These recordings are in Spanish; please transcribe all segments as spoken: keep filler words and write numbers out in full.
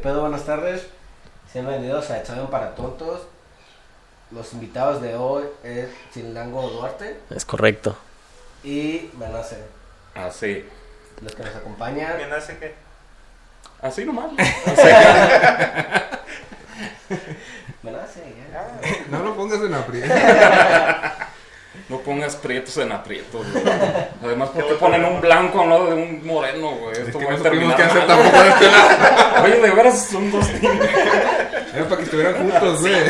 pedo? Buenas tardes. Sean bienvenidos a Examen para Tontos. Los invitados de hoy es Chilango Duarte. Es correcto. Y Menace. Así. Los que nos acompañan. ¿Menace qué? Así nomás. Menace, ya. No lo pongas en aprieto. No pongas prietos en aprietos, güey. Además, ¿por qué ponen un blanco a un lado de un moreno, güey? Es Esto que va no a supimos terminar qué hacer mal. tampoco de este lado. Oye, de veras son dos niños. Era para que estuvieran juntos, güey.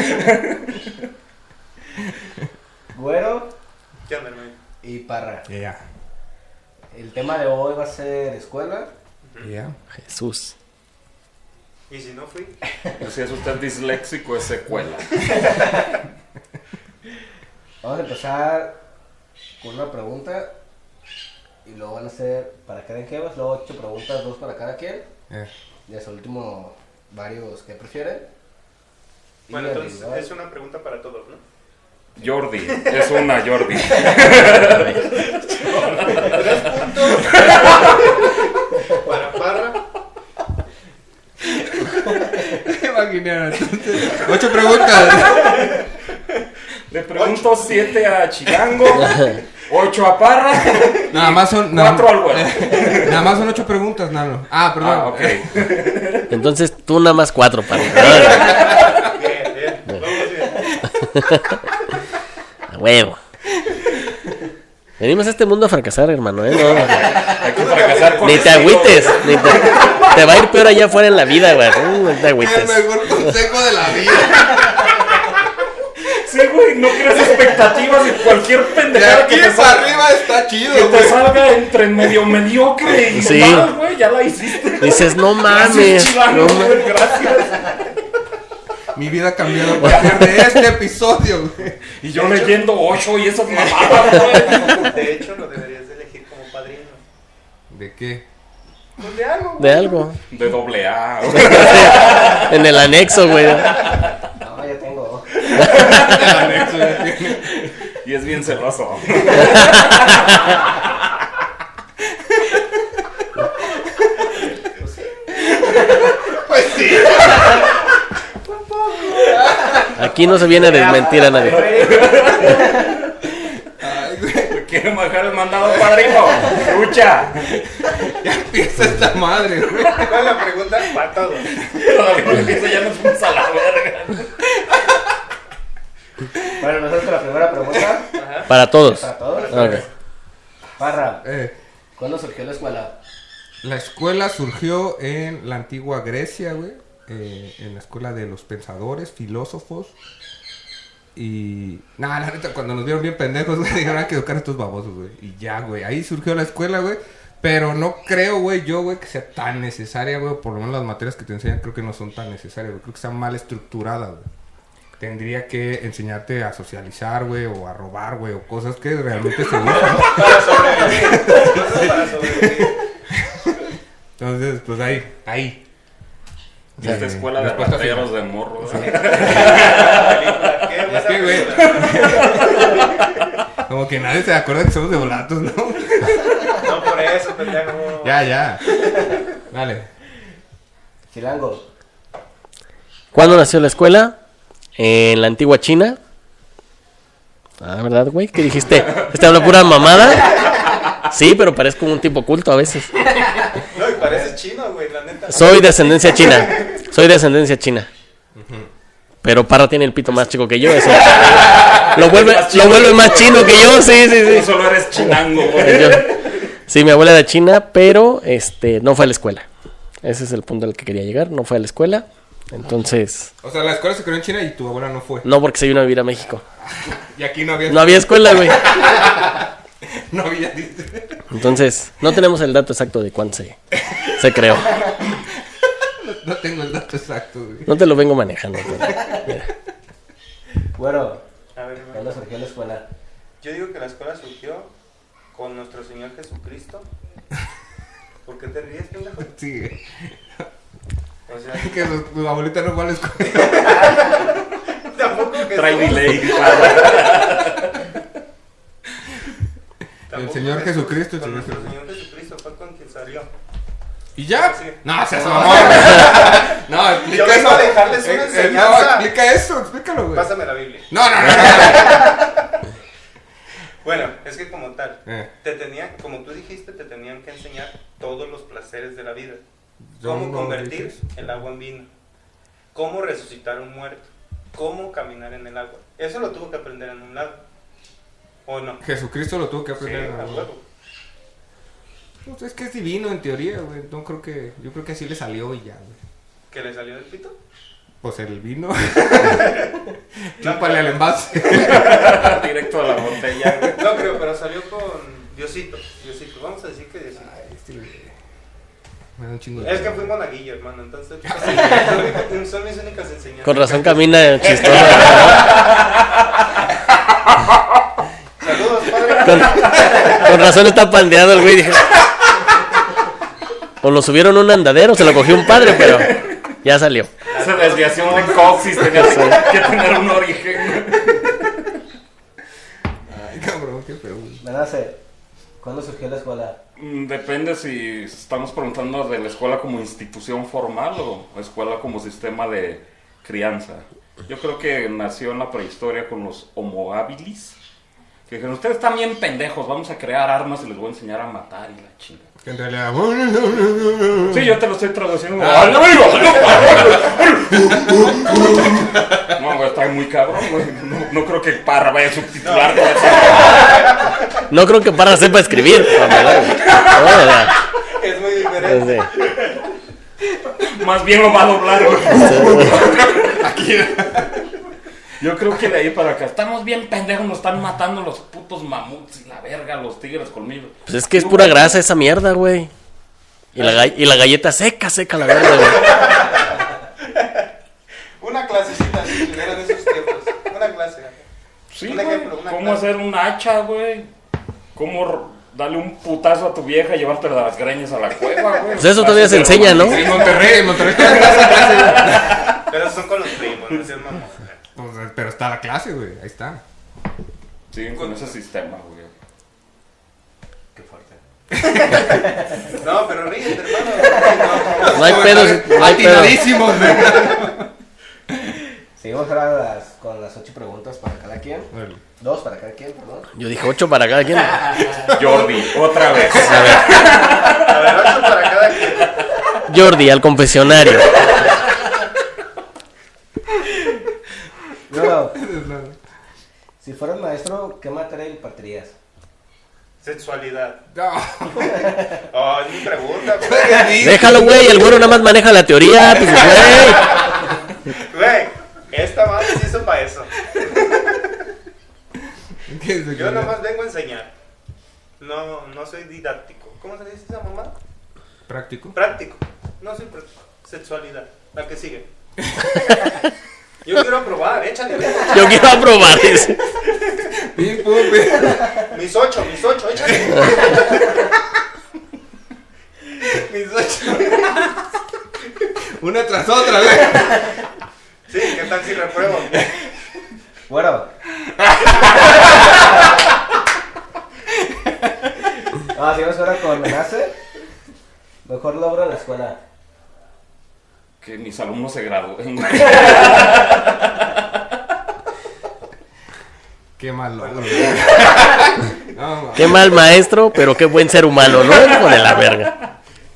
Güero ¿Qué onda, hermano? y Parra. Ya, El tema de hoy va a ser escuela. ya. Jesús. ¿Y si no fui? Si es usted disléxico, es secuela. Vamos a empezar con una pregunta. Y luego van a ser para cada quien, luego ocho preguntas, dos para cada quien. Eh. Y hasta el último, varios que prefieren. Y Bueno, el entonces individual. es una pregunta para todos, ¿no? Jordi, es una Jordi. Tres puntos. Para Parra. Imaginar, entonces. Ocho preguntas. Le pregunto siete a Chilango, ocho a Parra, Nada más son. Nada, cuatro al güero. nada más son ocho preguntas, Nalo. Ah, perdón. Ah, ok. Entonces tú nada más cuatro, para. Bien, bien. Vamos bien. A huevo. Venimos a este mundo a fracasar, hermano, ¿eh? No, Hay que fracasar con ni te estilo. agüites. Ni te, te va a ir peor allá afuera en la vida, güey. No te El agüites. mejor consejo de la vida. Sí, güey, no creas expectativas de cualquier De pendejada aquí que te para salga. arriba está chido, Que te güey. salga entre medio mediocre y Sí. mal, güey, ya la hiciste. Dices, no Gracias, mames. Chilango, No mames. güey, gracias. Mi vida ha cambiado a partir de este episodio, güey. Y yo leyendo ocho y esas mamadas, güey. De hecho, lo deberías de elegir como padrino. ¿De qué? Pues de algo. De algo. De doble A. En el anexo, güey. No, ya tengo. Y es bien celoso. Pues sí. Aquí no se viene a desmentir a nadie. Ay, güey. Quiere bajar el mandado padrino. Lucha. Ya empieza esta madre, güey. ¿Cuál es la pregunta? Para todos. Todavía empieza, ya nos fuimos a la verga. Bueno, empezamos con la primera pregunta. Ajá. Para todos. Para todos. Ok. Parra, Eh, ¿cuándo surgió la escuela? la escuela surgió en la antigua Grecia, güey. Eh, en la escuela de los pensadores, filósofos. Y. Nada, la neta, cuando nos vieron bien pendejos, güey, dijeron, hay que educar a estos babosos, güey. Y ya, güey. Ahí surgió la escuela, güey. Pero no creo, güey, yo, güey, que sea tan necesaria, güey. Por lo menos las materias que te enseñan creo que no son tan necesarias, güey. Creo que están mal estructuradas, güey. Tendría que enseñarte a socializar, güey, o a robar, güey, o cosas que realmente se usan. Para sobrevivir. Cosas para sobrevivir. Entonces, pues ahí, ahí. Esta Eh, escuela de respuesta rateros final. de morro. Qué buena Es que, güey. película. Como que nadie se acuerda que somos de volatos, ¿no? No por eso, pendejo. Ya, ya. Dale. Chilango. ¿Cuándo nació la escuela? En la antigua China. Ah, ¿verdad, güey? ¿Qué dijiste? ¿Este habla pura mamada? Sí, pero parezco un tipo culto a veces. No, y parece chino, güey, la neta. Soy de ascendencia china. Soy de ascendencia china. Pero Parra tiene el pito más chico que yo. Eso lo vuelve, lo vuelve más chino que yo. Sí, sí, Tú sí. solo eres chinango, güey. Yo- sí, mi abuela era china, pero este no fue a la escuela. Ese es el punto al que quería llegar. No fue a la escuela. Entonces, O sea, la escuela se creó en China y tu abuela no fue. no porque se vino a vivir a México. Y aquí no había. No había escuela, güey. No había. dice. Entonces, no tenemos el dato exacto de cuándo se, se creó. No, no tengo el dato exacto, güey. No te lo vengo manejando. Pero, mira. Bueno, A ver, hermano. ¿cuándo surgió la escuela? Yo digo que la escuela surgió con nuestro Señor Jesucristo. ¿Por qué te ríes, pendejo? Sí, güey. O sea, Que su, tu abuelita no fue a la escuela. tampoco que Trae delay. El Señor Jesucristo, el Con Señor nuestro Jesucristo. Señor Jesucristo fue con quien salió. ¿Y ya? Sí. No, se mamó. dejarles una Eh, eh, no, enseñanza. explica eso, explícalo, güey. Pásame la Biblia. No, no, no. no. Bueno, es que como tal, Eh. te tenían, como tú dijiste, te tenían que enseñar todos los placeres de la vida. Yo Cómo no convertir dije eso. el agua en vino. Cómo resucitar a un muerto. Cómo caminar en el agua. Eso lo tuvo que aprender en un lado. ¿O no? Jesucristo lo tuvo que Sí, aprender. a ¿no? huevo. Pues es que es divino en teoría, güey. No creo que. Yo creo que así le salió y ya, güey. ¿Que le salió del pito? Pues el vino. Chúpale al envase. Directo a la botella, güey. No creo, pero salió con Diosito. Diosito. Vamos a decir que Diosito. Ay, este, güey. Me da un chingo de. Es que fui monaguillo, hermano. Entonces, pues, son, mis- son mis únicas enseñanzas. Con razón camina chistoso. Saludos, padre. Con, con razón está pandeado el güey. Dije, o lo subieron a un andadero, se lo cogió un padre, pero ya salió. Esa desviación de coxis tenía que tener un origen. Ay, cabrón, qué feo, güey. Menace, ¿cuándo surgió la escuela? Mm, Depende si estamos preguntando de la escuela como institución formal o escuela como sistema de crianza. Yo creo que nació en la prehistoria con los Homo habilis. Que dijeron, ustedes están bien pendejos, vamos a crear armas y les voy a enseñar a matar y la chinga. Que en realidad. Sí, yo te lo estoy traduciendo. Ah. ¡Ay, amigo! No, güey, está muy cabrón, güey. No, no creo que Parra vaya a subtitular todo eso. No creo que Parra sepa escribir. No, o sea, Es muy diferente. sí. Más bien lo va a doblar, güey. Aquí. Yo creo que de ahí para acá. Estamos bien pendejos, nos están matando los putos mamuts y la verga, los tigres colmillos. Pues es que es pura grasa esa mierda, güey. Y la, ga- y la galleta seca, seca la verga, güey. Una clasecita si tuvieran esos tiempos. Una clase. Sí, Un güey. ejemplo, una ¿Cómo clase. hacer un hacha, güey? ¿Cómo r- darle un putazo a tu vieja y llevarte de las greñas a la cueva, güey? Pues eso todavía se enseña, ¿no? En Monterrey, en Monterrey todavía está esa clase, güey. Pero son con los primos, no seas mamón. Pues, pero está la clase, güey. Ahí está. Siguen con ese sistema, güey. Qué fuerte. No, pero ríete, hermano. No hay pedo, no hay pedo. Atinadísimos, güey. Seguimos ahora las, con las ocho preguntas para cada quien. Órale. Dos para cada quien, perdón. Yo dije ocho para cada quien. Jordi, otra vez. A ver, A ver, ocho para cada quien. Jordi, al confesionario. No, si fueras maestro, ¿qué materia impartirías? Sexualidad. No. Oh, es mi pregunta, güey. Déjalo, güey, el güero nada más maneja la teoría, pues, güey. Güey, esta madre se hizo para eso. ¿Qué es eso? Yo nomás vengo a enseñar. No, no soy didáctico. ¿Cómo se dice esa mamá? Práctico. Práctico. No soy práctico. Sexualidad. La que sigue. Yo quiero probar, échale. ven. Yo quiero aprobar eso. Pim, pum, pim. Mis ocho, mis ocho, échale. Mis ocho. Una tras otra, güey. Sí, ¿qué tal si repruebo? Bueno. Ah, sigamos ahora con Menace. Mejor logro en la escuela. Que mis alumnos se gradúen, güey. Qué mal logro, güey. No, ma. Qué mal maestro, pero qué buen ser humano, ¿no? Hijo de la verga.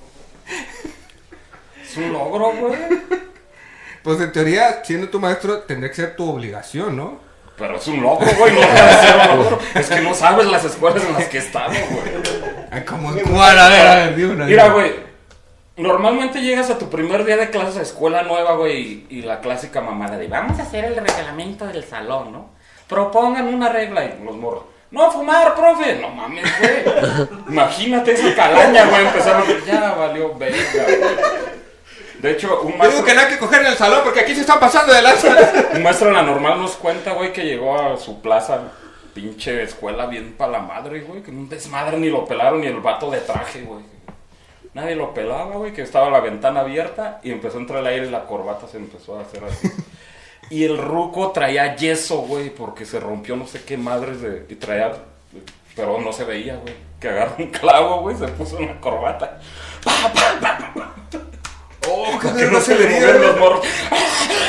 Es un logro, güey. Pues en teoría, siendo tu maestro, tendría que ser tu obligación, ¿no? Pero es un logro, güey. No puede ser un logro. Es que no sabes las escuelas en las que estamos, güey. Ay, como en cuál, a ver, a ver, di una. Mira, güey. Normalmente llegas a tu primer día de clases a escuela nueva, güey, y, y la clásica mamada de vamos a hacer el reglamento del salón, ¿no? Propongan una regla y los morros. No fumar, profe. No mames, güey. Imagínate esa calaña, güey. Empezaron a ya valió verga, güey. De hecho, un Yo maestro, digo que no hay que coger en el salón porque aquí se están pasando de lanza. un maestro en la normal nos cuenta, güey, que llegó a su plaza, pinche escuela bien pa' la madre, güey, que un desmadre ni lo pelaron ni el vato de traje, güey. Nadie lo pelaba, güey, que estaba la ventana abierta y empezó a entrar el aire y la corbata se empezó a hacer así. Y el ruco traía yeso, güey, porque se rompió no sé qué madres de... Y traía... Pero no se veía, güey. Que agarró un clavo, güey, se puso una corbata. Oh, Que no se le movieron los morros.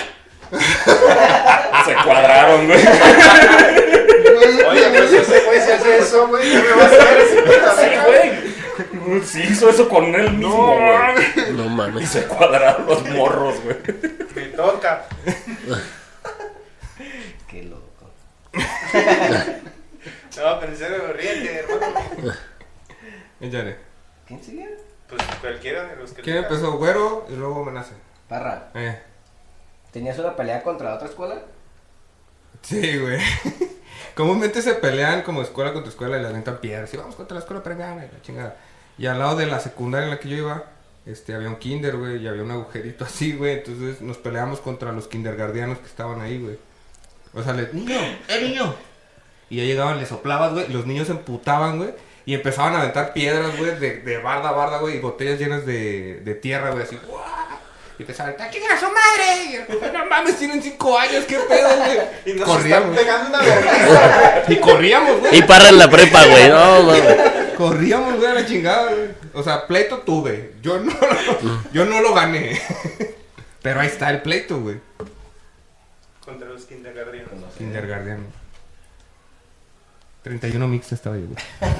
Se cuadraron, güey. Oye, pues ese güey se hace eso, güey. ¿Qué me va a hacer ese puta Sí, verga? güey. Sí hizo eso con él mismo, güey. No Y mames. se cuadraron los morros, güey. Me toca. Qué loco. No, pero en serio, ríete, hermano. Échale. ¿Quién sigue? Pues cualquiera de los que ¿Quién tengas. empezó? Güero y luego Menace. Parra, Eh. ¿tenías una pelea contra otra escuela? Sí, güey. Comúnmente se pelean como escuela contra escuela y le aventan piedras. Y vamos contra la escuela premiana y la chingada. Y al lado de la secundaria en la que yo iba, este, había un kinder, güey, y había un agujerito así, güey. Entonces nos peleamos contra los kindergardianos que estaban ahí, güey. O sea, le... ¡Niño! ¡Eh, niño! Y ya llegaban, le soplabas, güey. Los niños se emputaban, güey. Y empezaban a aventar piedras, güey, de, de barda a barda, güey. Y botellas llenas de, de tierra, güey, así. ¡Guau! Y empezaban a gritar, ¿quién era su madre? Y yo, no mames, tienen cinco años, qué pedo, güey. Y nos Corríamos. están pegando una vergüenza. Y corríamos, güey. Y Parra en la prepa, güey. No mames. Corríamos, güey, a la chingada, güey. O sea, pleito tuve. Yo no lo, yo no lo gané. Pero ahí está el pleito, güey. Contra los kindergartenos. Kindergarten. treinta y uno mixta estaba yo, güey.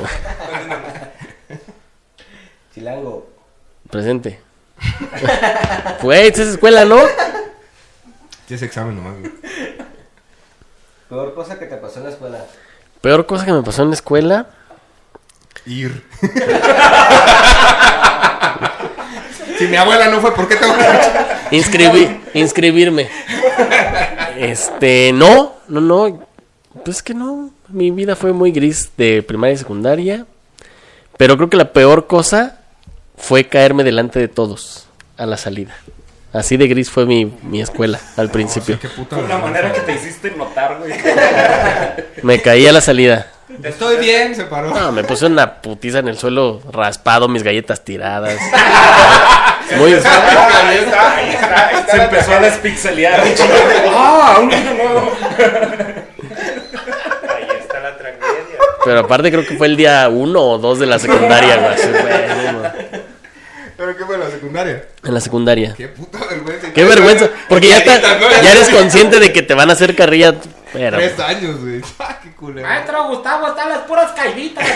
Chilango. Presente. Güey, esa es escuela, ¿no? Sí, es examen nomás, güey. Peor cosa que te pasó en la escuela. Peor cosa que me pasó en la escuela. Ir. Si mi abuela no fue, ¿por qué tengo que...? Inscribir, inscribirme. Este, no, no, no. Pues que no. Mi vida fue muy gris de primaria y secundaria. Pero creo que la peor cosa fue caerme delante de todos a la salida. Así de gris fue mi, mi escuela al principio. Qué puta Fue una vergüenza. manera que te hiciste notar, güey. Me caí a la salida. Estoy bien, se paró. No, me puse una putiza en el suelo raspado, mis galletas tiradas. Muy... Ahí está, ahí está, ahí está. Se la empezó a tragedia. despixelear. ¡Ah! No, no. Ahí está la tragedia. Pero aparte creo que fue el día uno o dos de la secundaria, güey. Así, güey, no, no. ¿Pero qué fue la secundaria? En la secundaria. Qué puta vergüenza. Qué vergüenza, porque ya, está, ¿no? ya eres consciente de que te van a hacer carrilla. Pero, Tres años, güey. Ah, qué culero. Maestro Gustavo, están las puras caiditas.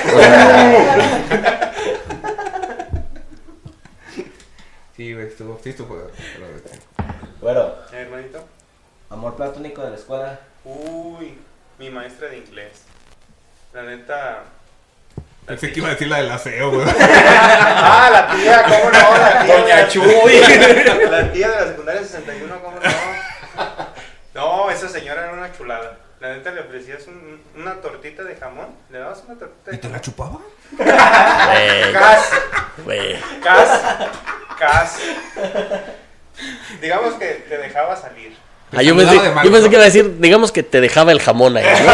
Sí, güey, estuvo, sí estuvo. pero- Bueno, Eh, hermanito. amor platónico de la escuela. Uy, mi maestra de inglés. La neta. la Pensé tía- que iba a decir la del aseo, güey. Ah, la tía, ¿cómo no? La tía, Doña Chuy. La tía de la secundaria sesenta y uno, ¿cómo no? No, esa señora era una chulada. La neta le ofrecías un- una tortita de jamón. ¿Le dabas una tortita ¿Y de te la jamón? chupaba? güey, Casi, güey. casi, casi. Digamos que te dejaba salir. Ah, yo, saludaba pensé, de mano, yo pensé ¿no? que iba a decir, digamos que te dejaba el jamón ahí. ¿no?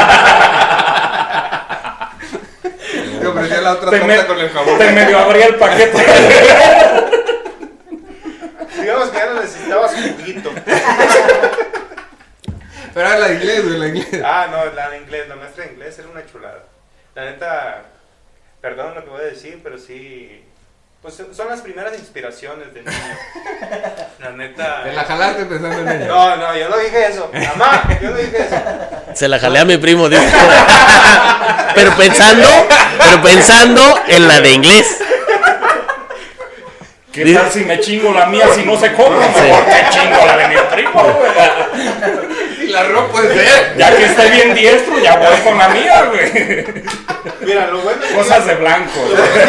Te ofrecía la otra Te, torta me- con el jabón. te medio abría el paquete. Digamos que ya no necesitabas juguito. Pero era la de inglés, güey, la de inglés. Ah, no, la de inglés, la maestra de inglés era una chulada. La neta, perdón lo que voy a decir, pero sí. Pues son las primeras inspiraciones del niño. La neta. Te la jalaste pensando en ella. No, no, yo no dije eso. Mamá, yo no dije eso. Se la jalé a mi primo, dice. Pero pensando, pero pensando en la de inglés. ¿Qué tal si me chingo la mía si no sé cómo? Mejor que chingo la de mi primo, güey. Y la ropa puede ser. Ya que esté bien diestro, ya voy con la mía, güey. Mira, lo bueno es que Cosas de blanco.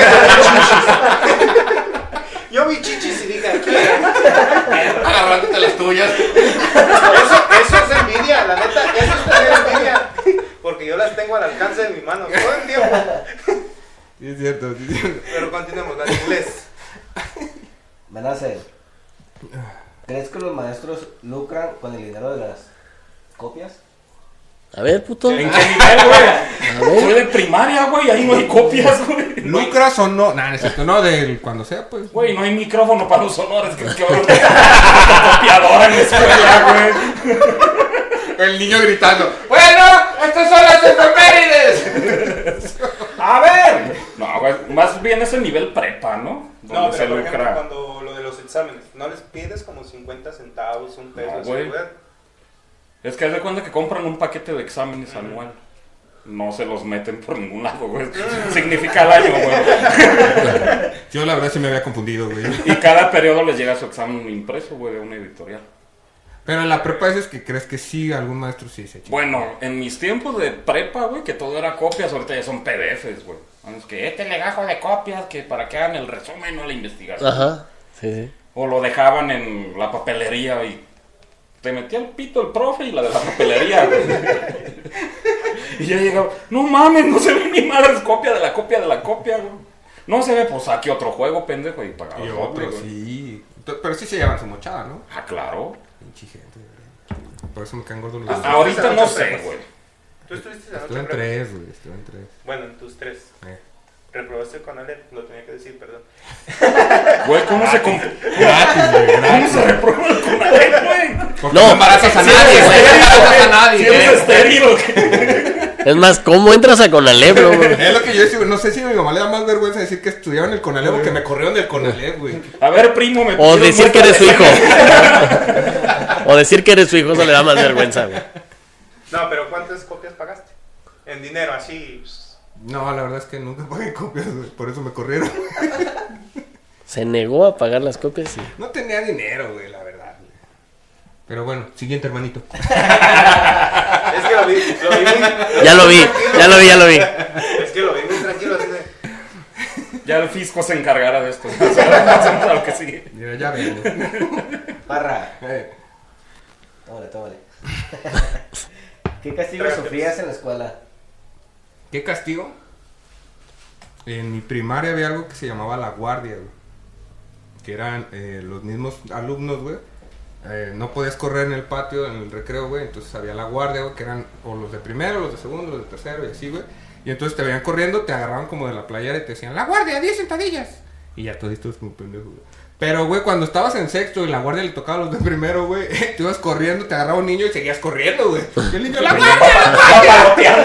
yo vi chichis y dije, aquí. Agarrándote las tuyas. Eso, eso es envidia, la neta, eso es tener envidia. Porque yo las tengo al alcance de mi mano todo el tiempo. Sí, es cierto, sí, es cierto. Pero continuemos, la de inglés. Menace. ¿Crees que los maestros lucran con el dinero de las copias? A ver, puto. ¿En qué nivel, güey? ver. Fue de primaria, güey. Ahí no hay copias, güey. ¿Lucras o no? Nah, no es cierto. No, del cuando sea, pues. Güey, no hay micrófono para los sonores. Que que copiadora en la escuela, güey. El niño gritando. Bueno, estas son las efemérides. A ver. No, güey. Más bien es el nivel prepa, ¿no? No, Donde se pero por ejemplo, lucra. cuando lo de los exámenes, no les pides como cincuenta centavos, un peso, No, así, güey. güey. Es que haz de cuenta que compran un paquete de exámenes anual. No se los meten por ningún lado, güey. Significa el año, güey. Yo la verdad sí me había confundido, güey. Y cada periodo les llega su examen impreso, güey, de una editorial. Pero en la prepa es que crees que sí, algún maestro sí se echa. Bueno, en mis tiempos de prepa, güey, que todo era copias, ahorita ya son P D Fs, güey. Es que este legajo de copias, que para que hagan el resumen o la investigación. Ajá, sí, sí. O lo dejaban en la papelería y te metía el pito el profe y la de la papelería, güey. Y ya llegaba, no mames, no se ve ni madre, es copia de la copia de la copia, güey. No se ve, pues aquí otro juego, pendejo, y pagaba Y doble, otro, güey. sí. Pero sí se llevan su mochada, ¿no? Ah, claro. Pinche gente, güey. Por eso me caen gordos los... Ah, ahorita no sé, güey. ¿Tú estuviste en Estuve en otra prepa? tres, güey. Estuve en tres. Bueno, en tus tres. Eh. Reprobaste con Alep, lo tenía que decir, perdón. Güey, ¿cómo se comp- Gratis, güey, ¿Cómo gratis. se reprueba el Conalep, güey? Porque No, no embarazas a si nadie, eres güey. No embarazas a nadie. Si eres estéril, ¿o qué? Es más, ¿cómo entras a Conalep, güey? Es lo que yo decía, no sé si a mi mamá le da más vergüenza decir que estudiaba en el Conalep o que me corrieron del Conalep, güey. A ver, primo, me O pidieron decir que eres su hijo. muestra O decir que eres su hijo, eso le da más vergüenza, güey. No, pero ¿cuántas copias pagaste? En dinero, así. No, la verdad es que nunca pagué copias, güey. Por eso me corrieron. Se negó a pagar las copias y... No tenía dinero, güey, la verdad. Güey. Pero bueno, siguiente hermanito. Es que lo vi, lo vi muy... Ya lo vi, ya lo vi, ya lo vi. Es que lo vi muy tranquilo, así de... que ya el fisco se encargará de esto. O sea, pasemos a lo que sigue. Mira, ya ven. Parra, Eh, tómale, tómale. ¿Qué castigo sufrías en la escuela? ¿Qué castigo? En mi primaria había algo que se llamaba la guardia, güey. Que eran eh, los mismos alumnos, güey. Eh, no podías correr en el patio, en el recreo, güey. Entonces había la guardia, güey, que eran o los de primero, los de segundo, los de tercero y así, güey. Y entonces te veían corriendo, te agarraban como de la playera y te decían, ¡la guardia, diez sentadillas! Y ya todos estos como pendejos, güey. Pero, güey, cuando estabas en sexto y la guardia le tocaba a los de primero, güey, tú ibas corriendo, te agarraba un niño y seguías corriendo, güey. Y el niño, ¡la guardia!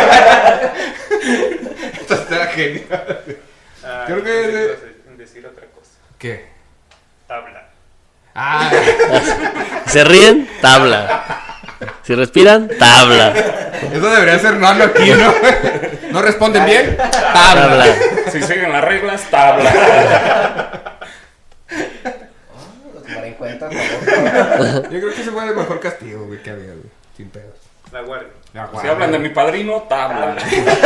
Entonces era genial. Ah, Creo que pensé ese- ibas a decir otra cosa. ¿Qué? Tabla. Ah, Se ríen, tabla. Si respiran, tabla. eso debería ser norma aquí, ¿no? ¿No responden bien? Tabla. Tabla. Si siguen las reglas, tabla. Lo tomaré en cuenta. por favor. Yo creo que ese fue el mejor castigo, güey, que había, güey. Sin pedos. La guardia. La Si guardia. hablan de mi padrino, tabla.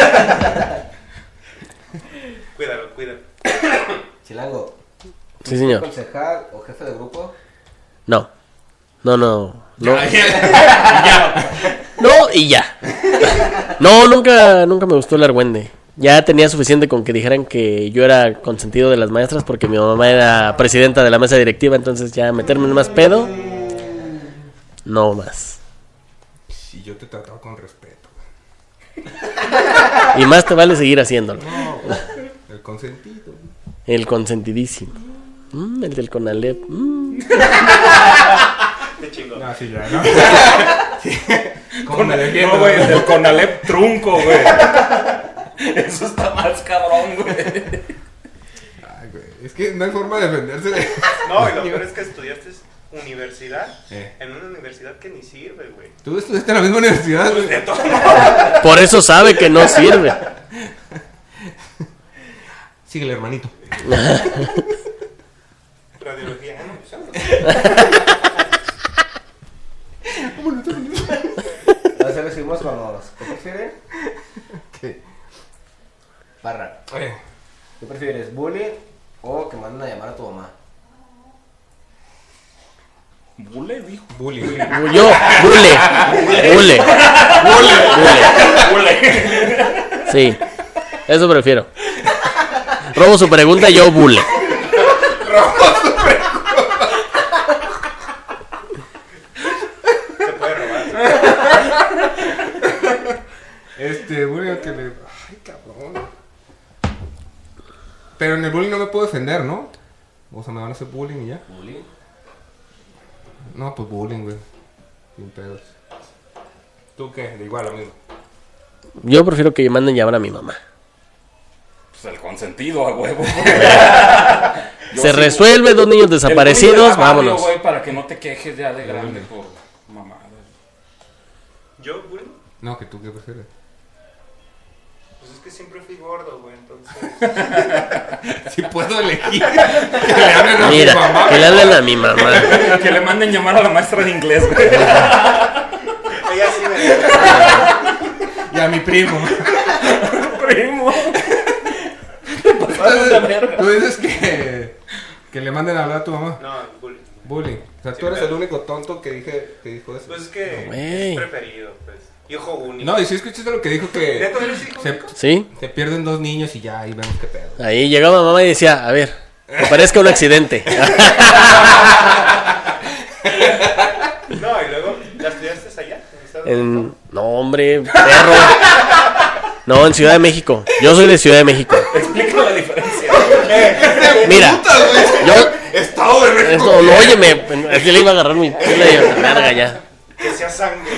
Cuídalo, cuídalo. Chilango, Sí, señor. concejal o jefe de grupo. No. No, no. No, Ya, ya. no y ya. No, nunca, nunca me gustó el argüende. Ya tenía suficiente con que dijeran que yo era consentido de las maestras porque mi mamá era presidenta de la mesa directiva, entonces ya meterme en más pedo, no más. Si yo te trataba con respeto, güey. Y más te vale seguir haciéndolo. No, güey. El consentido, güey. El consentidísimo. Mm, el del Conalep. Mm. Qué chingón. No, sí, ya, ¿no? Sí. ¿Cómo me defiendo? No, güey, el Conalep trunco, güey. Eso está más cabrón, güey. Ay, güey. Es que no hay forma de defenderse de... No, y lo peor es que estudiaste universidad Eh. en una universidad que ni sirve, güey. ¿Tú estudiaste en la misma universidad, güey? De todo. Por eso sabe que no sirve. Síguele, hermanito. Radiología. Ah, no, pues, Ahora sí seguimos con los. ¿Qué prefieren? ¿Qué? Parra, Eh. ¿qué prefieres? ¿Bullying o que manden a llamar a tu mamá? Bule, dijo. Bullying. Yo, bule, bule, bule. Bule. Sí, eso prefiero. Robo su pregunta, yo bule. se puede robar. Este, bullying que le... Ay, cabrón. Pero en el bullying no me puedo defender, ¿no? O sea, me van a hacer bullying y ya. ¿Bullying? No, pues bullying, güey. Sin pedos. ¿Tú qué? De igual, amigo. Yo prefiero que manden llamar a mi mamá. Pues el consentido, a huevo. Yo Se sí, resuelve, dos niños el bullying desaparecidos, de la barrio, vámonos. güey, para que no te quejes ya de grande por mamadas. ¿Yo, bullying? No, que tú, ¿qué prefieres? Pues es que siempre fui gordo, güey, entonces... Si puedo elegir. Que le hablen a Mira, mi mamá. que le hablen a mi mamá. Que le manden llamar a la maestra de inglés, güey. Ella sí me... Y a mi primo. Primo. Entonces, tú dices que, que le manden a hablar a tu mamá. No, bullying. Bullying. O sea, Sí, tú eres claro. el único tonto que, dije, que dijo eso. Pues es que güey. es preferido, pues. Hijo único. No, y si escuchaste lo que dijo que ¿Neto eres hijo se, único? ¿Sí? se pierden dos niños y ya, ahí vemos qué pedo. Ahí llegaba mamá y decía, a ver, que parezca un accidente. No, y luego, ¿la estudiaste allá? ¿En Estados En... Unidos? No, hombre, perro. No, en Ciudad de México. Yo soy de Ciudad de México. Explica la diferencia. Mira, yo... Estado de México. Esto, no, óyeme, así le iba a agarrar mi chela y a la verga ya. Que sea sangre.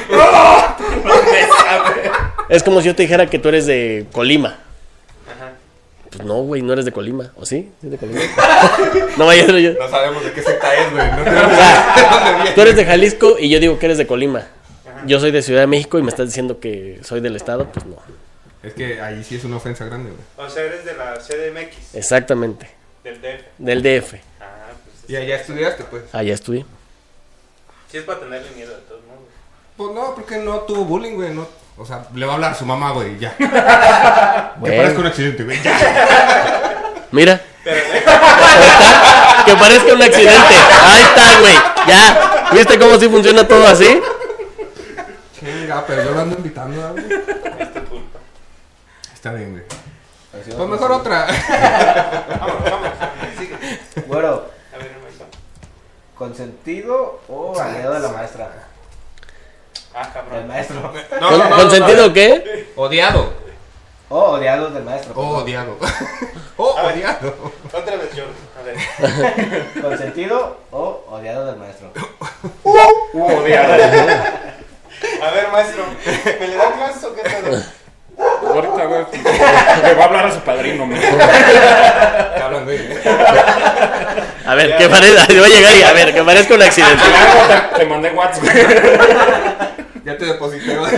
Es como si yo te dijera que tú eres de Colima. Ajá. Pues no, güey, no eres de Colima. ¿O sí? ¿Sí es de Colima? No, yo, yo. No sabemos de qué secta es, güey. No O tenemos sea, de dónde viene. tú eres de Jalisco y yo digo que eres de Colima. Yo soy de Ciudad de México y me estás diciendo que soy del estado, pues no. Es que ahí sí es una ofensa grande, güey. O sea, eres de la C D M X, Exactamente. del D F. Del D F. Ah, pues... Y allá estudiaste, pues. Allá estudié. Sí es para tenerle miedo de todos modos. Pues no, porque no tuvo bullying, güey. No. O sea, le va a hablar a su mamá, güey, ya. Que Bueno. parezca un accidente, güey, ya. Mira, Pero que parezca un accidente. Ahí está, güey. Ya. ¿Viste cómo sí funciona todo así? Chinga, pero yo lo ando invitando, güey. es tu culpa. Está bien, güey. Así Pues vamos mejor a- otra. Vamos, vamos, sigue. Bueno, A ver, maestro. ¿consentido o aliado de la maestra? Ah, El cabrón. maestro. ¿Con, ¿con sentido qué? Odiado. O odiados del maestro. Oh, odiado. Oh, A ver. odiado. Otra vez, Jordi. A ver. ¿Consentido o odiado del maestro? Odiado. A ver, maestro. ¿Me le da clases o qué pedo? Ahorita, güey. Le va a hablar a su padrino, güey. Te hablan, güey. A ver, que parezca. Voy a llegar y a ver, que parezca un accidente. Te, te mandé WhatsApp, güey. Ya te deposité, güey.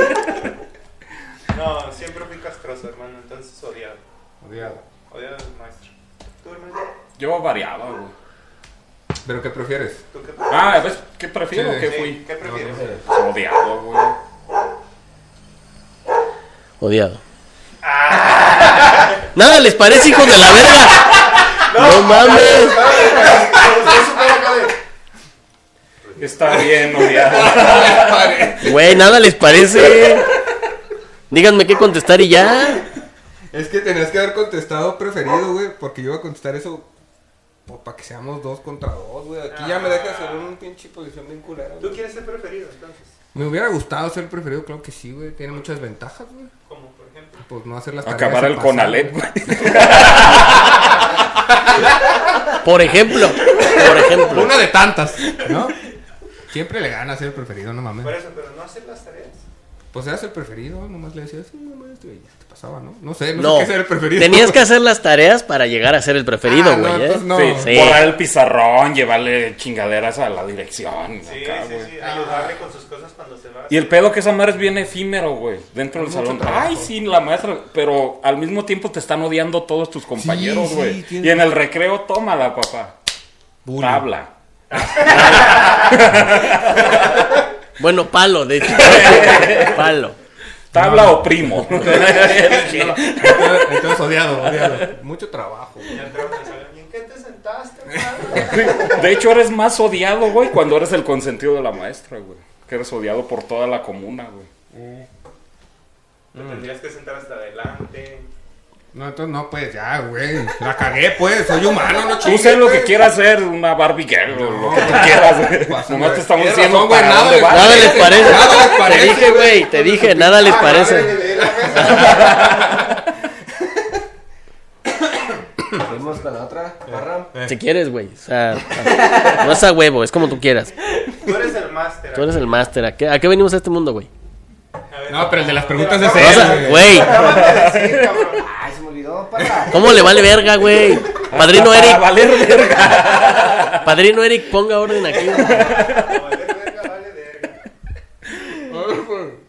No, siempre fui castroso, hermano. Entonces odiado. Odiado. Odiado del maestro. ¿Tú, hermano? Yo variaba, güey. ¿Pero qué prefieres? ¿Tú qué Ah, ¿ves qué prefiero? Sí, ¿Qué Sí, fui? ¿Qué prefieres? Odiado, güey. Odiado. Nada les parece, hijos de la verga. No mames. Está bien, odiado. Güey, nada les parece. Díganme qué contestar y ya. Es que tenías que haber contestado preferido, güey. Porque yo iba a contestar eso pues, para que seamos dos contra dos, güey. Aquí ya me dejas en una pinche posición bien culera, ¿Tú güey. quieres ser preferido, entonces? Me hubiera gustado ser preferido, claro que sí, güey. Tiene muchas ventajas, güey. Como, por ejemplo. Pues no hacer las tareas. Acabar y el pasar. Conalep, güey. Por ejemplo. Por ejemplo. Una de tantas, ¿no? Siempre le gana ser el preferido, no mames. Por eso, pero no hacer las tareas. Pues eras el preferido, nomás le decías, sí, mamá, esto y ya te pasaba, ¿no? No sé, no, No. sé qué ser el preferido. Tenías que hacer las tareas para llegar a ser el preferido, Ah, no, güey. ¿eh? entonces no. Sí, Sí. borrar el pizarrón, llevarle chingaderas a la dirección. Sí, acá, sí, güey. sí. Ayudarle con sus cosas cuando se va. Y el pedo que esa madre es bien efímero, güey. Dentro del Es mucho salón. trabajo. Ay, sí, la maestra. Pero al mismo tiempo te están odiando todos tus compañeros, sí, güey. tiene- Y en el recreo, tómala, papá. Bullying. Tabla. Bueno, palo, de hecho. Palo. Tabla o primo. Entonces, entonces odiado, odiado. Mucho trabajo. Y ya entraba en el salón, ¿y en qué te sentaste, hermano? De hecho, eres más odiado, güey, cuando eres el consentido de la maestra, güey. Que eres odiado por toda la comuna, güey. Te tendrías que sentar hasta adelante. No, entonces no, pues ya, güey. La cagué, pues. Soy humano, no Tú chingues, sé lo que pues. quieras hacer, una Barbie girl o lo que tú No. quieras, güey. Pasa, Nomás güey. te estamos Tienes diciendo razón, güey, para nada dónde les- vas. Nada les parece. Nada les Te parece, dije, güey, te dije, nada les Ah, parece. madre de la mesa. Seguimos con la otra. Barra. Si quieres, güey. O sea, no es a huevo, es como tú quieras. Tú eres el máster. Tú eres el máster. ¿A qué, a qué venimos a este mundo, güey? A ver, No, pero el de las preguntas Pero es Vas él, a- Güey, acabas de decir, cabrón. Ay, se me olvidó, parra. ¿cómo le vale verga, güey? Padrino Para Eric, valer verga. Padrino Eric, ponga orden aquí. Vale verga, vale verga.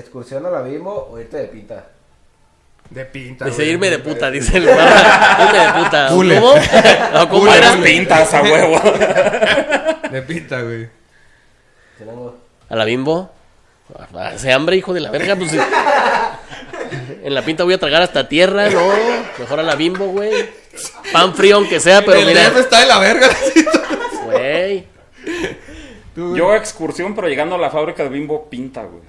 ¿excursión a la Bimbo o irte de pinta? De pinta. Dice güey. irme de puta, dice el barra. Irme de puta. Hule. ¿Cómo? No, ¿cómo Puras era? pintas a huevo. De pinta, güey. Chilango. ¿A la Bimbo? Hace hambre, hijo de la verga, pues. En la pinta voy a tragar hasta tierra, no. Mejor a la Bimbo, güey. Pan frío aunque sea, pero el mira. jefe está de la verga. Güey. Tú, güey. Yo excursión, pero llegando a la fábrica de Bimbo, pinta, güey.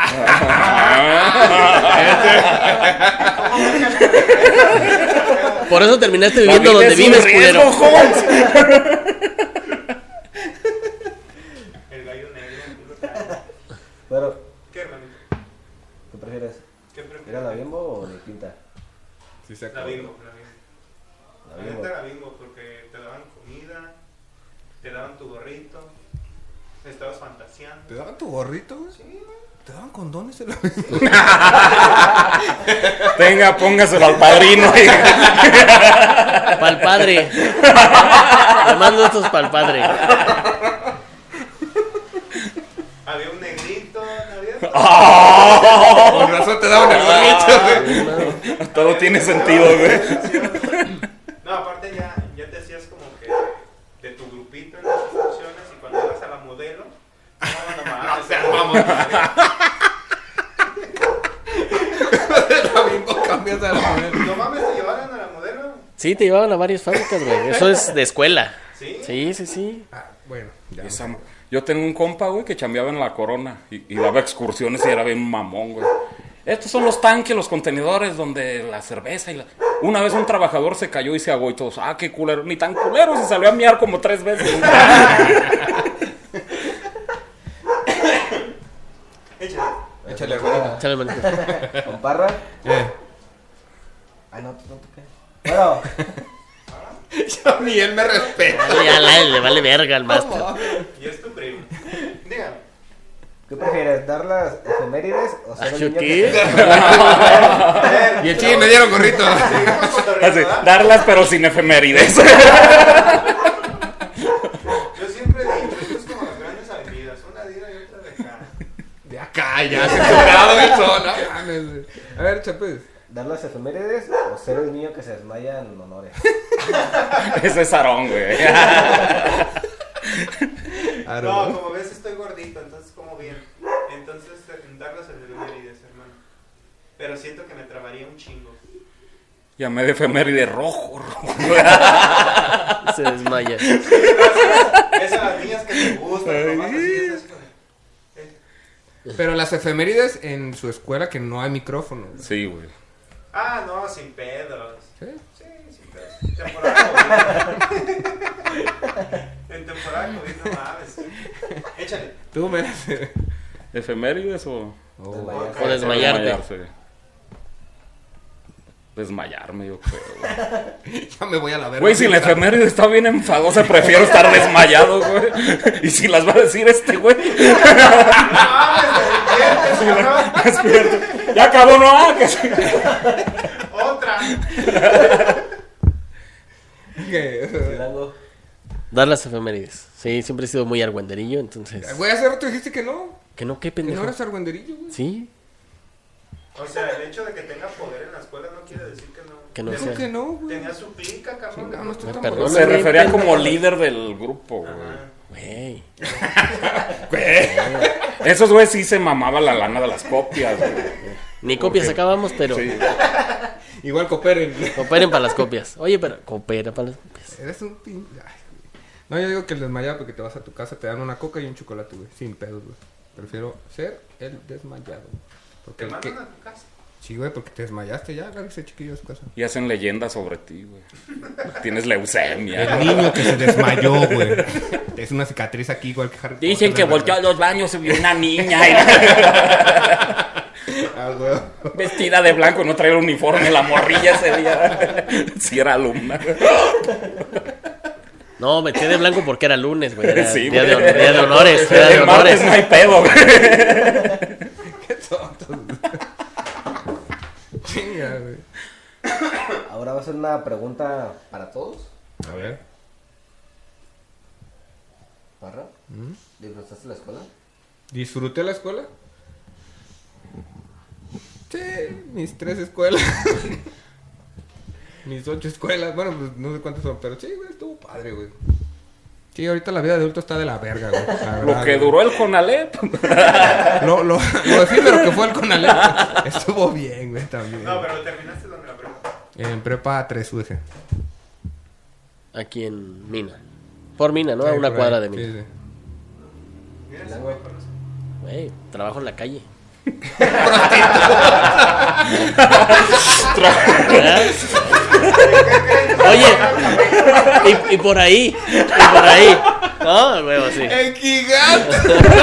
Por eso terminaste La viviendo vida donde es un vives, riesgo, culero. Holmes. El gallo negro. Bueno, ¿Qué, hermanito? ¿qué prefieres? ¿Qué ¿Ir a prefieres? la Bimbo o de pinta? Sí, se La acabó. Bimbo, la Bimbo. La La Bimbo. neta, la Bimbo, porque te daban comida, te daban tu gorrito, estabas fantaseando. ¿Te daban tu gorrito, güey? Sí, güey. ¿Te daban condones en la Tenga, póngaselo al padrino. Pa'l padre. Le mando estos pa'l padre. Había un negrito, no había. Con razón te daban el gorrito, güey. Todo tiene sentido, güey. No, aparte ya, ya te hacías como que de tu grupito en las excursiones y cuando ibas a la modelo, no, no mames, La Bimbo cambias a la mujer. no mames, te llevaron a la modelo. Sí, te llevaban a varias fábricas, güey. Eso es de escuela. Sí. Sí, sí, sí. Ah, bueno, ya. Esa- Yo tengo un compa, güey, que chambeaba en la Corona y, y daba excursiones y era bien mamón, güey. Estos son los tanques, los contenedores donde la cerveza y la... Una vez un trabajador se cayó y se ahogó y todos, ah, qué culero. Ni tan culero, se salió a miar como tres veces. Échale. Échale, hermanito. Échale, manito. ¿Con parra? Eh. Ay, no, no toqué. Bueno, Ya ni él me respeta. Ya la- le vale verga al master. Y es tu primo. Dígame. ¿qué prefieres? ¿Dar las efemérides o ser Ay, un niño ¿qué? que se... Y el chile me dieron gorrito. Sigamos cotorreando, Así, ¿verdad? darlas pero sin efemérides. Yo siempre he dicho, esto es como las grandes avenidas, una de ida y otra de acá. De acá, ya censurado el sol. No mames, güey. A ver, chapes. ¿Dar las efemérides o ser el niño que se desmaya en honores? Ese es Aarón, güey. Ah, No, como ves estoy gordito, entonces como bien. Entonces dar las efemérides, hermano. Pero siento que me trabaría un chingo. Llamé de efeméride rojo, rojo. Se desmaya. Es a las niñas que te gustan, nomás así es así como de, eh. Pero las efemérides en su escuela que no hay micrófono. güey. Sí, güey. Ah, no, sin pedos. ¿Sí? Sí, sin pedos. Temporada COVID. En temporada COVID, no mames. Échale. Tú me... ¿Efemérides o...? Oh. Desmayarse. O desmayarte. Desmayarse. Desmayarme, yo creo. güey. Ya me voy a la verga. Güey, si la efeméride está bien enfadosa, prefiero estar desmayado, güey. Y si las va a decir este, güey. No mames, despiertes, cabrón. Despierto. Ya acabó, no, ah, que sí. Otra. ¿Qué? Chilango. Dar las efemérides. Sí, siempre he sido muy argüenderillo, entonces. Güey, hace rato dijiste que no. Que no, qué Que no pendejo. eras argüenderillo, güey. Sí, O sea, el hecho de que tenga poder en la escuela no quiere decir que no. que no ¿Cómo sea. que no, güey? Tenía su clica, cabrón. Chingado, no estoy Me tan perdona. borracho. Se refería pendejo. como líder del grupo, güey. Ajá. Güey. Esos güeyes sí se mamaba la lana de las copias, güey. Ni copias sacábamos, pero Sí. Igual cooperen. cooperen para las copias. Oye, pero coopera para las copias. Eres un pin... Ay, güey. No, yo digo que el desmayado porque te vas a tu casa, te dan una coca y un chocolate, güey. Sin pedos, güey. Prefiero ser el desmayado. Porque Te el que... mandan a tu casa. Sí, güey, porque te desmayaste ya, ese chiquillo a su casa. Y hacen leyendas sobre ti, güey. Tienes leucemia. El niño que se desmayó, güey. Es una cicatriz aquí igual que Harry Potter. Dicen que la volteó a verdad. los baños y vio una niña y- Ah, güey. vestida de blanco, no traía el uniforme, la morrilla ese día. Si era alumna. No, me quedé de blanco porque era lunes, güey. Era Sí, día, de, güey. hon- día de honores. Día de El martes honores. no hay pedo, güey. Qué tontos. Chinga, güey. Ahora va a ser una pregunta para todos. A ver. Parra, ¿disfrutaste la escuela? ¿Disfruté la escuela? Sí, mis tres escuelas. Mis ocho escuelas. Bueno, pues no sé cuántas son, pero sí, güey, estuvo padre, güey. Sí, ahorita la vida de adulto está de la verga, güey. La Lo verdad, que güey. duró el Conalep. Lo, lo, lo efímero que fue el Conalep estuvo bien, güey, también. No, pero lo terminaste donde la prepa. En prepa tres U G. Aquí en Mina. Por Mina, ¿no? A Sí, una por cuadra ahí. de Mina. Sí, sí. Mira, La ese güey. güey conoce. Güey, trabajo en la calle. Oye, y, y por ahí, y por ahí. No, huevo, sí. ¡El gigante!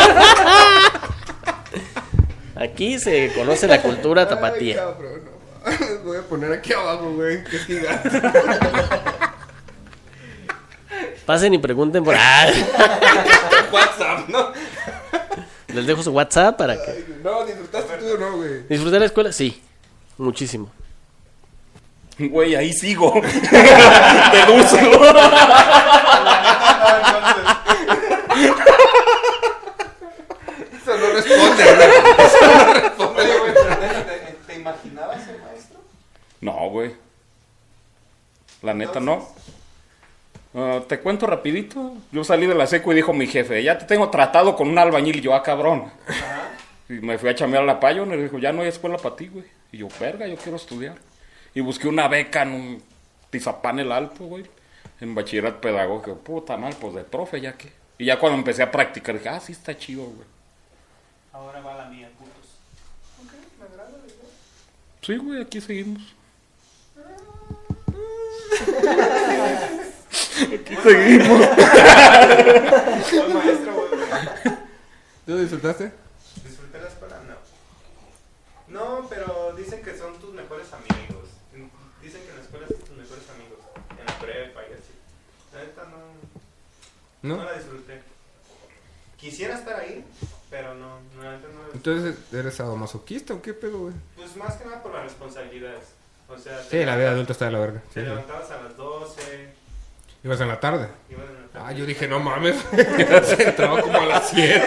Aquí se conoce la cultura Ay, tapatía. cabrón, no mames. Voy a poner aquí abajo, güey, que es gigante. Pasen y pregunten por... Ah, WhatsApp, ¿no? les dejo su WhatsApp para que... Ay, no, disfrutaste tú, ¿no, güey? ¿Disfruté la escuela? Sí, muchísimo. Güey, ahí sigo. Dedúcelo. Eso no responde, güey. Eso no responde, Oye, güey. güey, pero ¿te, te imaginabas ser maestro? No, güey. La neta, no. Ah, te cuento rapidito. Yo salí de la seco y dijo mi jefe, ya te tengo tratado con un albañil. Y yo, ah, cabrón. Ajá. Y me fui a chamear a la Payo. Y le dijo, ya no hay escuela para ti, güey. Y yo, verga, yo quiero estudiar. Y busqué una beca en un Tizapán el Alto, güey. En bachillerato pedagógico. Puta mal, pues de profe, ya que. Y ya cuando empecé a practicar, dije, ah, sí está chido, güey. Ahora va la mía, putos. Ok, me agrada la idea. Sí, güey, aquí seguimos. Aquí seguimos. Soy maestro, güey. ¿Tú disfrutaste? ¿Disfruté la escuela? No. No, pero dicen que son tus mejores amigos. Dicen que en la escuela son tus mejores amigos. En la prepa y así. La neta no, no ¿No? la disfruté. Quisiera estar ahí, pero no, no, la neta no. Entonces, ¿eres sadomasoquista o qué pedo, güey? Pues más que nada por las responsabilidades. O sea, te Sí, la vida de levantas- adulto está de la verga. Sí, Te sí. levantabas a las doce, ¿Ibas en la tarde? ibas en la tarde. Ah, yo dije, no mames. Entraba como a las siete.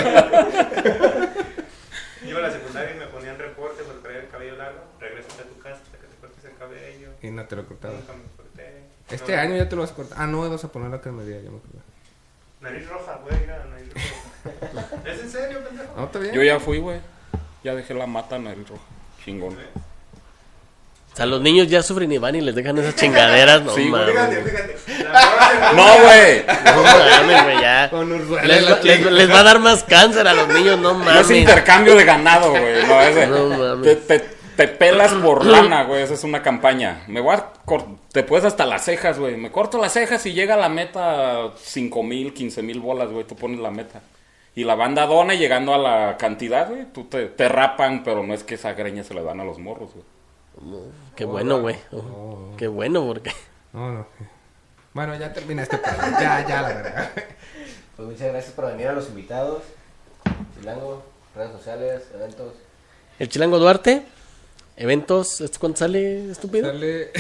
Iba a la secundaria y me ponían reporte por traer el cabello largo. Regrésate a tu casa hasta que te cortes el cabello. Y no te lo cortaba. Nunca me corté. Este No. año ya te lo vas a cortar. Ah, no, vas a poner la cremería, ya me acuerdo. Nariz roja, voy a ir a nariz roja. ¿Es en serio, pendejo? No, está bien. Yo ya fui, güey. Ya dejé la mata en el rojo. Chingón. O sea, los niños ya sufren y van y les dejan esas chingaderas. No Sí, güey. mames. Fíjate, fíjate. La prueba de- No, güey. No mames, güey, ya. Con Ursuela Les, la va- les- chica. les va a dar más cáncer a los niños, no No es mames. intercambio de ganado, güey. No, es de- No te, mames. te, te pelas por lana, güey. Esa es una campaña. Me voy a cor- te puedes hasta las cejas, güey. Me corto las cejas y llega a la meta cinco mil, quince mil bolas, güey. Tú pones la meta. Y la banda dona y llegando a la cantidad, güey. Tú te, te rapan, pero no es que esa greña se le dan a los morros, güey. Qué bueno, güey. Oh. Qué bueno, porque... No, no. Bueno, ya termina este pedo. Ya, ya, la verdad. Pues muchas gracias por venir a los invitados. Chilango, redes sociales, eventos. El Chilango Duarte, eventos, ¿esto cuándo sale, estúpido? Sale.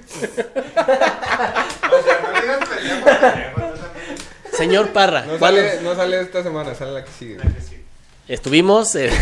O sea, no digas pendejo, pendejo, no también. Señor Parra, No ¿cuándo? sale, no sale esta semana, sale la que sigue. La que sí. Estuvimos... eh,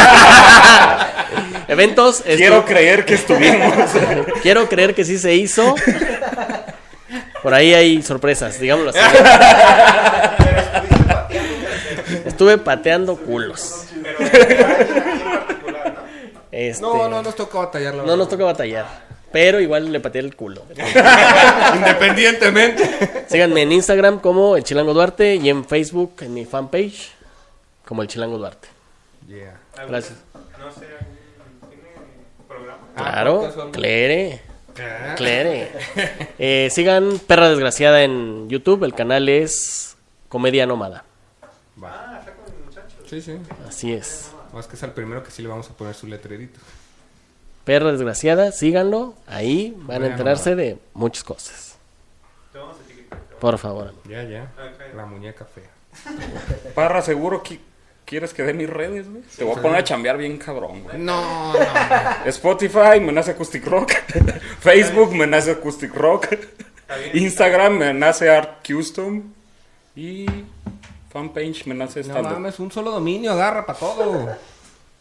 eventos... estu- Quiero creer que estuvimos. Quiero creer que sí se hizo. Por ahí hay sorpresas, digámoslo así. Pero estuviste pateando un tercero. Estuve pateando culos. Pero de alguien aquí en particular, ¿no? Este, No, no nos toca batallar, la no verdad. nos toca batallar. Pero igual le pateé el culo. Independientemente. Síganme en Instagram como El Chilango Duarte y en Facebook, en mi fanpage, como El Chilango Duarte. Yeah. ¿Algún- Gracias. No sé, ¿algún tiene programa? Ah, Claro, podcast o algo. Clere, Ah. Clere. Eh, sigan Perra Desgraciada en YouTube, el canal es Comedia Nómada. Ah, está con los muchachos. Sí, sí. Así es. Más que es al primero que sí le vamos a poner su letrerito. Perra Desgraciada, síganlo, ahí van a Comedia enterarse Nómada. de muchas cosas. Te vamos a etiquetar. Por favor. Ya, ya. Ok. La muñeca fea. Parra, seguro que quieres que dé mis redes, güey. Te voy a poner a chambear bien cabrón, güey. No, no. Spotify, me nace Acoustic Rock. Facebook, me nace Acoustic Rock. bien. Instagram, me nace Art Custom. Y fanpage, me nace No Stand Up. mames, un solo dominio, agarra para todo.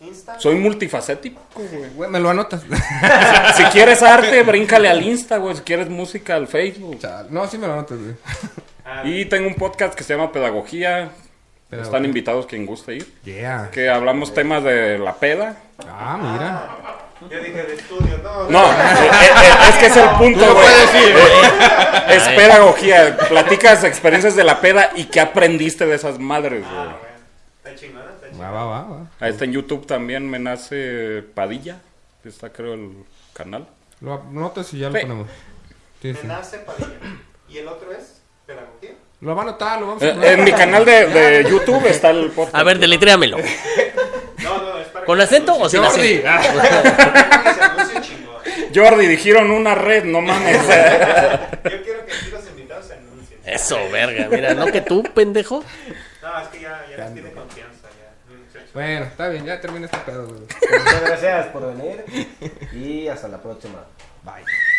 Insta. Soy multifacético, güey. Güey, me lo anotas. Si quieres arte, bríncale al Insta, güey. Si quieres música, al Facebook. Chale. No, sí me lo anotas, güey. Ah, Y tengo un podcast que se llama Pedagogía. Pedagogía. Están invitados quien guste ir. Yeah. Que hablamos temas de la peda. Ah, mira. Yo dije de estudio, no. No, eh, eh, es que es el punto, güey. Eh, Es pedagogía. Platicas experiencias de la peda y qué aprendiste de esas madres, Ah, güey. bueno. Está chingona, está Va, chingona. va, va, va. Ahí está en YouTube también, me nace Padilla. Está creo el canal. Lo anotas y ya lo Sí. ponemos. Sí, Me sí. nace Padilla. ¿Y el otro es pedagogía? Lo va a anotar, lo vamos a Eh, poner. en mi canal de, de YouTube está el podcast. A ver, deletréamelo. No, no, es para ¿Con que se acento o anuncie. sin Jordi. acento? Ah. Que se anuncie chingón. Jordi, dijeron una red, no mames. Yo quiero que aquí los invitados se anuncien. Eso, verga. Mira, no que tú, pendejo. No, es que ya, ya les tiene confianza. Ya. muchacho. Bueno, está bien, ya termina este pedo, güey. Muchas gracias por venir y hasta la próxima. Bye.